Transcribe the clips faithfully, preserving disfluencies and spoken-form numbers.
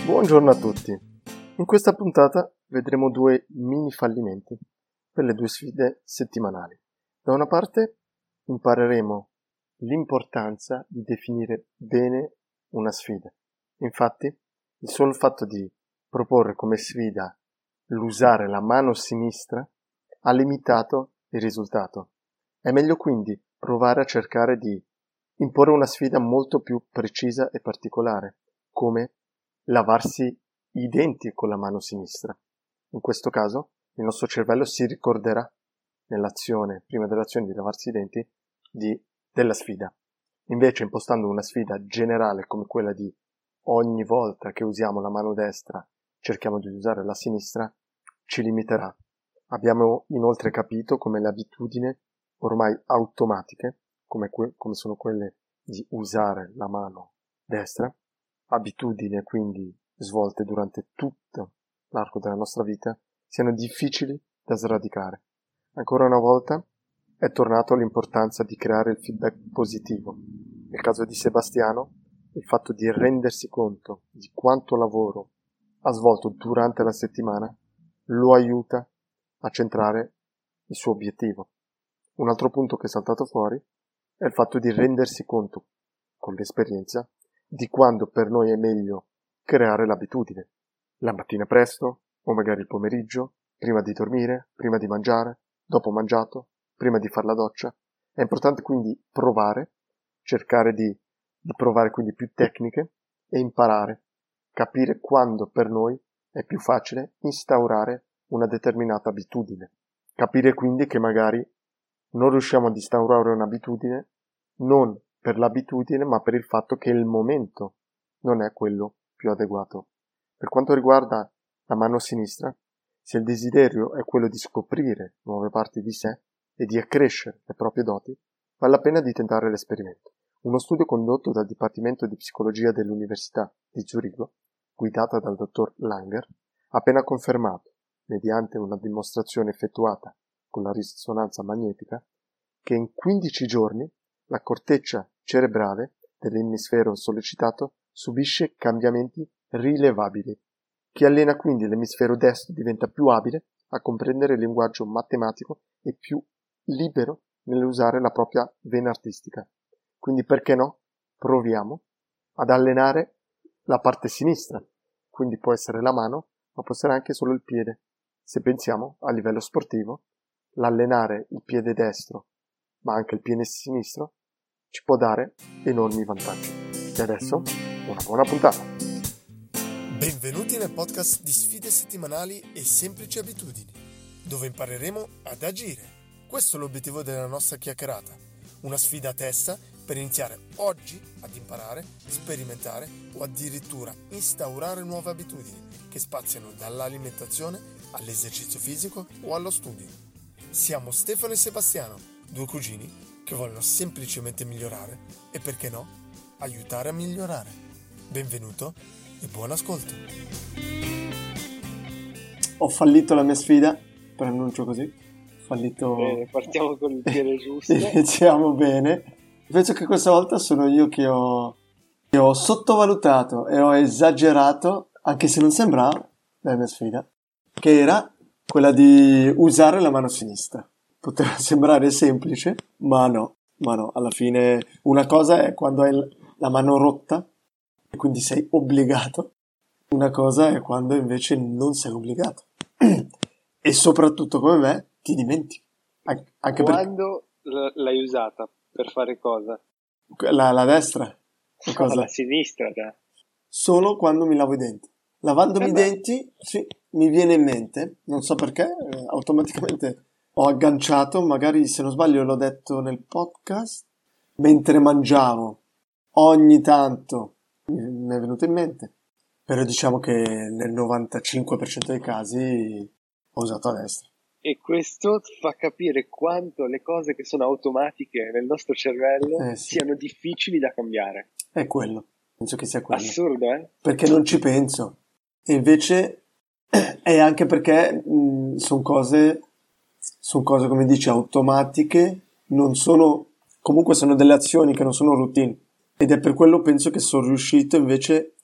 Buongiorno a tutti. In questa puntata vedremo due mini fallimenti per le due sfide settimanali. Da una parte impareremo l'importanza di definire bene una sfida. Infatti, il solo fatto di proporre come sfida l'usare la mano sinistra ha limitato il risultato. È meglio quindi provare a cercare di imporre una sfida molto più precisa e particolare, come lavarsi i denti con la mano sinistra. In questo caso, il nostro cervello si ricorderà nell'azione, prima dell'azione di lavarsi i denti, di, della sfida. Invece, impostando una sfida generale come quella di ogni volta che usiamo la mano destra, cerchiamo di usare la sinistra, ci limiterà. Abbiamo inoltre capito come le abitudini ormai automatiche, come, que- come sono quelle di usare la mano destra, abitudini quindi svolte durante tutto l'arco della nostra vita, siano difficili da sradicare. Ancora una volta è tornato l'importanza di creare il feedback positivo. Nel caso di Sebastiano, il fatto di rendersi conto di quanto lavoro ha svolto durante la settimana lo aiuta a centrare il suo obiettivo. Un altro punto che è saltato fuori è il fatto di rendersi conto, con l'esperienza, di quando per noi è meglio creare l'abitudine. La mattina presto, o magari il pomeriggio, prima di dormire, prima di mangiare, dopo mangiato, prima di fare la doccia. È importante quindi provare, cercare di, di provare quindi più tecniche e imparare, capire quando per noi è più facile instaurare una determinata abitudine. Capire quindi che magari non riusciamo ad instaurare un'abitudine non per l'abitudine, ma per il fatto che il momento non è quello più adeguato. Per quanto riguarda la mano sinistra, se il desiderio è quello di scoprire nuove parti di sé e di accrescere le proprie doti, vale la pena di tentare l'esperimento. Uno studio condotto dal Dipartimento di Psicologia dell'Università di Zurigo, guidata dal dottor Langer, ha appena confermato, mediante una dimostrazione effettuata con la risonanza magnetica, che in quindici giorni la corteccia cerebrale dell'emisfero sollecitato subisce cambiamenti rilevabili. Chi allena quindi l'emisfero destro diventa più abile a comprendere il linguaggio matematico e più libero nell'usare la propria vena artistica. Quindi perché no? Proviamo ad allenare la parte sinistra. Quindi può essere la mano, ma può essere anche solo il piede. Se pensiamo a livello sportivo, l'allenare il piede destro, ma anche il piede sinistro, ci può dare enormi vantaggi. E adesso, una buona puntata! Benvenuti nel podcast di sfide settimanali e semplici abitudini, dove impareremo ad agire. Questo è l'obiettivo della nostra chiacchierata, una sfida a testa per iniziare oggi ad imparare, sperimentare o addirittura instaurare nuove abitudini che spaziano dall'alimentazione all'esercizio fisico o allo studio. Siamo Stefano e Sebastiano, due cugini che vogliono semplicemente migliorare e, perché no, aiutare a migliorare. Benvenuto e buon ascolto. Ho fallito la mia sfida, preannuncio così. Ho fallito... Bene, partiamo con il piede giusto. Iniziamo bene. Penso che questa volta sono io che ho, che ho sottovalutato e ho esagerato, anche se non sembrava la mia sfida, che era quella di usare la mano sinistra. Poteva sembrare semplice, ma no, ma no. Alla fine una cosa è quando hai la mano rotta e quindi sei obbligato. Una cosa è quando invece non sei obbligato. E soprattutto come me ti dimentichi. Anche Quando per... l'hai usata? Per fare cosa? La, la destra? No, cosa? La sinistra, te. Solo quando mi lavo i denti. Lavandomi eh i denti, sì, mi viene in mente, non so perché, eh, automaticamente ho agganciato, magari se non sbaglio l'ho detto nel podcast, mentre mangiavo, ogni tanto mi è venuto in mente, però diciamo che nel novantacinque per cento dei casi ho usato a destra. E questo fa capire quanto le cose che sono automatiche nel nostro cervello eh, sì. siano difficili da cambiare. È quello, penso che sia quello. Assurdo, eh? Perché non ci penso. E invece è anche perché sono cose, sono cose, come dici, automatiche, non sono, comunque sono delle azioni che non sono routine. Ed è per quello penso che sono riuscito invece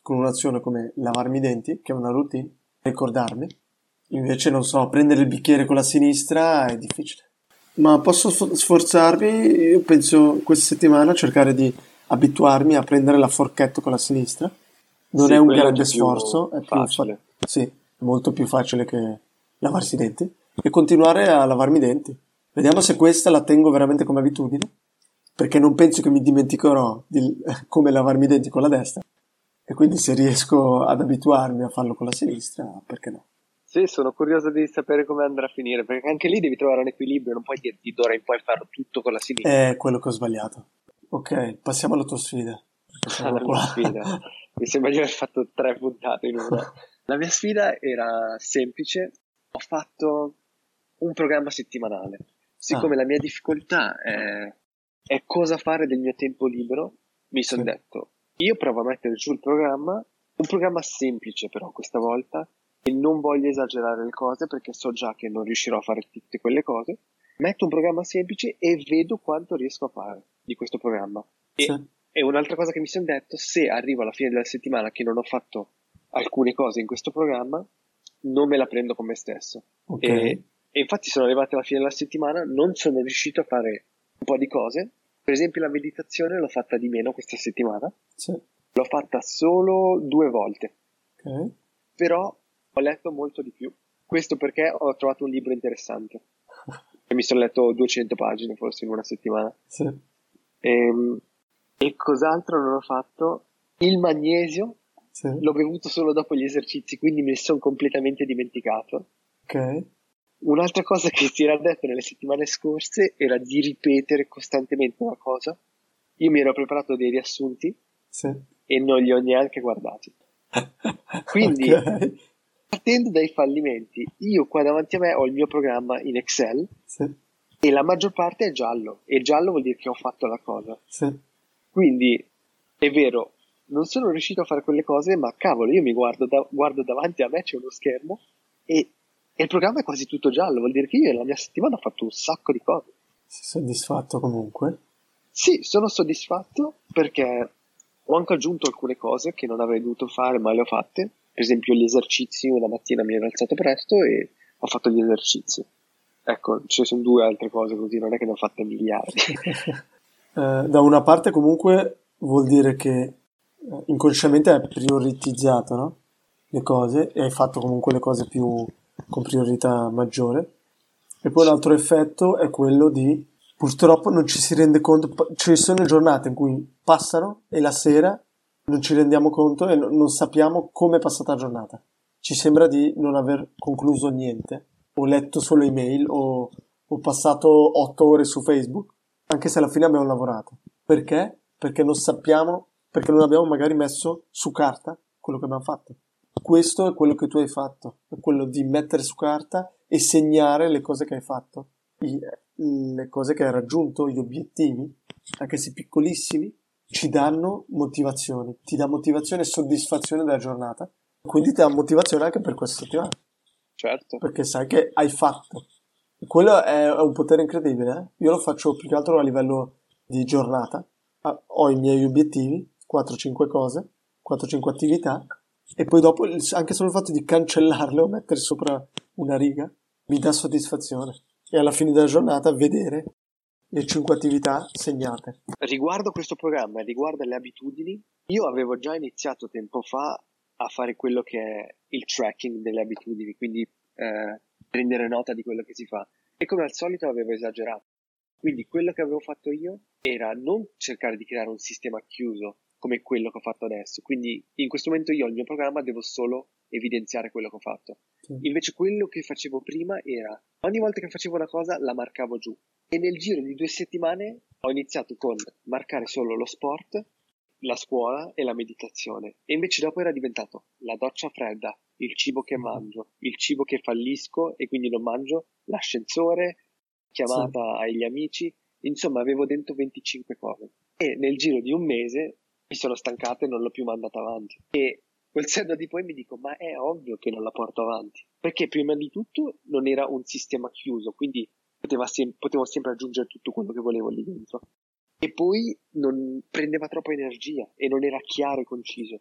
con un'azione come lavarmi i denti, che è una routine, ricordarmi. Invece, non so, prendere il bicchiere con la sinistra è difficile. Ma posso sforzarmi, io penso questa settimana, cercare di abituarmi a prendere la forchetta con la sinistra. Non Sì, è un quello è grande già più sforzo, è più facile. fa- sì, è molto più facile che lavarsi i denti. E continuare a lavarmi i denti. Vediamo se questa la tengo veramente come abitudine, perché non penso che mi dimenticherò di come lavarmi i denti con la destra. E quindi se riesco ad abituarmi a farlo con la sinistra, perché no? Sì, sono curioso di sapere come andrà a finire, perché anche lì devi trovare un equilibrio, non puoi dirti d'ora in poi farlo tutto con la sinistra. È quello che ho sbagliato. Ok, passiamo alla tua sfida. Perché sennò Alla mia qua... sfida. Mi sembra di aver fatto tre puntate in una. La mia sfida era semplice, ho fatto un programma settimanale. Siccome Ah, la mia difficoltà è, è cosa fare del mio tempo libero, mi sono sì, detto, io provo a mettere giù il programma, un programma semplice però questa volta, e non voglio esagerare le cose perché so già che non riuscirò a fare tutte quelle cose. Metto un programma semplice e vedo quanto riesco a fare di questo programma. sì, E, e un'altra cosa che mi sono detto, se arrivo alla fine della settimana che non ho fatto alcune cose in questo programma, non me la prendo con me stesso. ok, E, e infatti sono arrivato alla fine della settimana, non sono riuscito a fare un po' di cose. Per esempio la meditazione l'ho fatta di meno questa settimana, sì, l'ho fatta solo due volte, ok, però ho letto molto di più. Questo perché ho trovato un libro interessante. E mi sono letto duecento pagine forse in una settimana. sì, E, e cos'altro non ho fatto? Il magnesio sì, l'ho bevuto solo dopo gli esercizi, quindi mi sono completamente dimenticato. ok, Un'altra cosa che si era detto nelle settimane scorse era di ripetere costantemente una cosa. Io mi ero preparato dei riassunti sì, e non li ho neanche guardati. ok, Quindi, partendo dai fallimenti, io qua davanti a me ho il mio programma in Excel sì, e la maggior parte è giallo, e giallo vuol dire che ho fatto la cosa. sì, Quindi, è vero, non sono riuscito a fare quelle cose, ma cavolo, io mi guardo, da- guardo davanti a me, c'è uno schermo, e, e il programma è quasi tutto giallo, vuol dire che io nella mia settimana ho fatto un sacco di cose. sei soddisfatto comunque? Sì, sono soddisfatto perché ho anche aggiunto alcune cose che non avrei dovuto fare, ma le ho fatte. Per esempio gli esercizi, una mattina mi ero alzato presto e ho fatto gli esercizi. Ecco, ci sono due altre cose così, non è che ne ho fatte miliardi. Eh, da una parte comunque vuol dire che eh, inconsciamente hai prioritizzato, no? Le cose e hai fatto comunque le cose più con priorità maggiore. E poi Sì, l'altro effetto è quello di purtroppo non ci si rende conto, pa- ci sono giornate in cui passano e la sera non ci rendiamo conto e no- non sappiamo come è passata la giornata. Ci sembra di non aver concluso niente, o letto solo email, o, o passato otto ore su Facebook, anche se alla fine abbiamo lavorato. Perché? Perché non sappiamo, perché non abbiamo magari messo su carta quello che abbiamo fatto. Questo è quello che tu hai fatto, è quello di mettere su carta e segnare le cose che hai fatto, i- le cose che hai raggiunto, gli obiettivi, anche se piccolissimi, ci danno motivazione, ti dà motivazione e soddisfazione della giornata, quindi ti dà motivazione anche per questa settimana, certo. perché sai che hai fatto. Quello è, è un potere incredibile, eh? Io lo faccio più che altro a livello di giornata. Ah, ho i miei obiettivi, quattro cinque cose, quattro cinque attività, e poi dopo il- anche solo il fatto di cancellarle o mettere sopra una riga mi dà soddisfazione. E alla fine della giornata vedere le cinque attività segnate. Riguardo questo programma e riguardo le abitudini, io avevo già iniziato tempo fa a fare quello che è il tracking delle abitudini, quindi eh, prendere nota di quello che si fa. E come al solito avevo esagerato. Quindi quello che avevo fatto io era non cercare di creare un sistema chiuso come quello che ho fatto adesso. Quindi in questo momento io il mio programma devo solo evidenziare quello che ho fatto. Sì. Invece quello che facevo prima era ogni volta che facevo una cosa la marcavo giù. E nel giro di due settimane ho iniziato con marcare solo lo sport, la scuola e la meditazione. E invece dopo era diventato la doccia fredda, il cibo che mangio, il cibo che fallisco e quindi non mangio, l'ascensore, Sì. chiamata agli amici. Insomma, avevo dentro venticinque cose. E nel giro di un mese mi sono stancato e non l'ho più mandata avanti. E col senno di poi mi dico, ma è ovvio che non la porto avanti. Perché prima di tutto non era un sistema chiuso, quindi poteva sem- potevo sempre aggiungere tutto quello che volevo lì dentro. E poi non prendeva troppa energia e non era chiaro e conciso.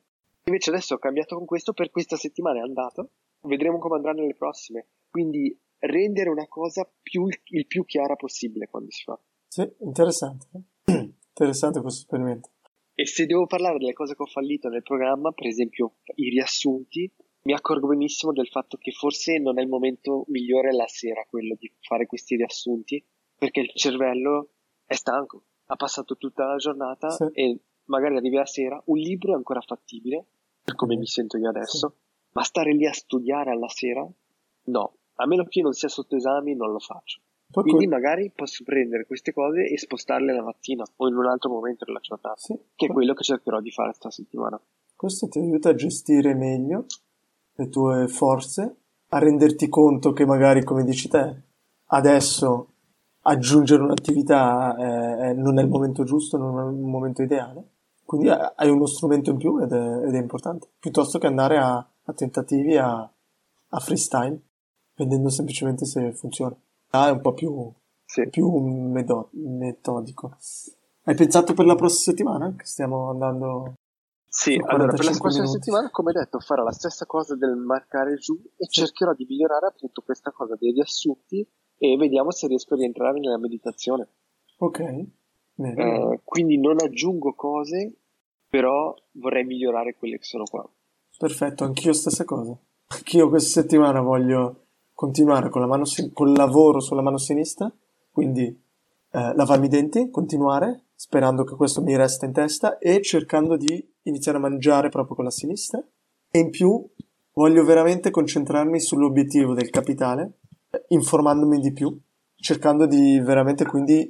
Invece adesso ho cambiato con questo, per questa settimana è andato, vedremo come andrà nelle prossime. Quindi rendere una cosa più, il più chiara possibile quando si fa. Sì, interessante. Interessante questo esperimento. E se devo parlare delle cose che ho fallito nel programma, per esempio i riassunti, mi accorgo benissimo del fatto che forse non è il momento migliore la sera quello di fare questi riassunti, perché il cervello è stanco, ha passato tutta la giornata, sì, e magari arrivi la sera, un libro è ancora fattibile, per come mi sento io adesso, sì, ma stare lì a studiare alla sera, no, a meno che io non sia sotto esami non lo faccio. Poi Quindi que- magari posso prendere queste cose e spostarle la mattina o in un altro momento della giornata, sì, che è quello che cercherò di fare questa settimana. Questo ti aiuta a gestire meglio le tue forze, a renderti conto che magari, come dici te, adesso aggiungere un'attività eh, non è il momento giusto, non è il momento ideale, quindi hai uno strumento in più ed è, ed è importante, piuttosto che andare a, a tentativi, a, a freestyle, vedendo semplicemente se funziona. Ah, è un po' più, sì, più medo- metodico. Hai pensato per la prossima settimana? Che stiamo andando... Sì, allora per la prossima settimana, come detto, farò la stessa cosa del marcare giù e sì, cercherò di migliorare appunto questa cosa dei riassunti e vediamo se riesco a rientrare nella meditazione. Ok. Bene. Eh, quindi non aggiungo cose, però vorrei migliorare quelle che sono qua. Perfetto, anch'io stessa cosa. Anch'io questa settimana voglio continuare con la mano sin- col lavoro sulla mano sinistra, quindi eh, lavarmi i denti, continuare, sperando che questo mi resta in testa e cercando di iniziare a mangiare proprio con la sinistra. E in più voglio veramente concentrarmi sull'obiettivo del capitale, informandomi di più, cercando di veramente quindi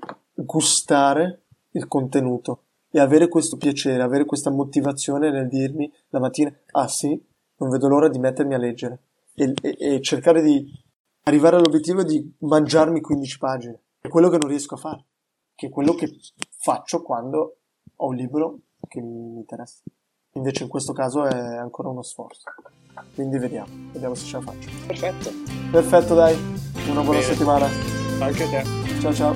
gustare il contenuto e avere questo piacere, avere questa motivazione nel dirmi la mattina, ah sì, non vedo l'ora di mettermi a leggere e, e, e cercare di arrivare all'obiettivo di mangiarmi quindici pagine. È quello che non riesco a fare, che è quello che faccio quando ho un libro che mi interessa. Invece in questo caso è ancora uno sforzo. Quindi vediamo, vediamo se ce la faccio. Perfetto. Perfetto, dai. Una buona Bene. settimana. Anche a te. Ciao ciao.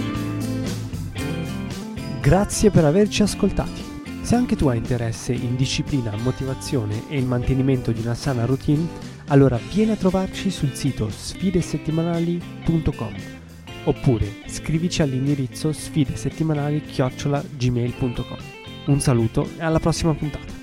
Grazie per averci ascoltati. Se anche tu hai interesse in disciplina, motivazione e il mantenimento di una sana routine, allora vieni a trovarci sul sito sfide settimanali punto com oppure scrivici all'indirizzo sfidesettimanali chiocciola gmail punto com. Un saluto e alla prossima puntata.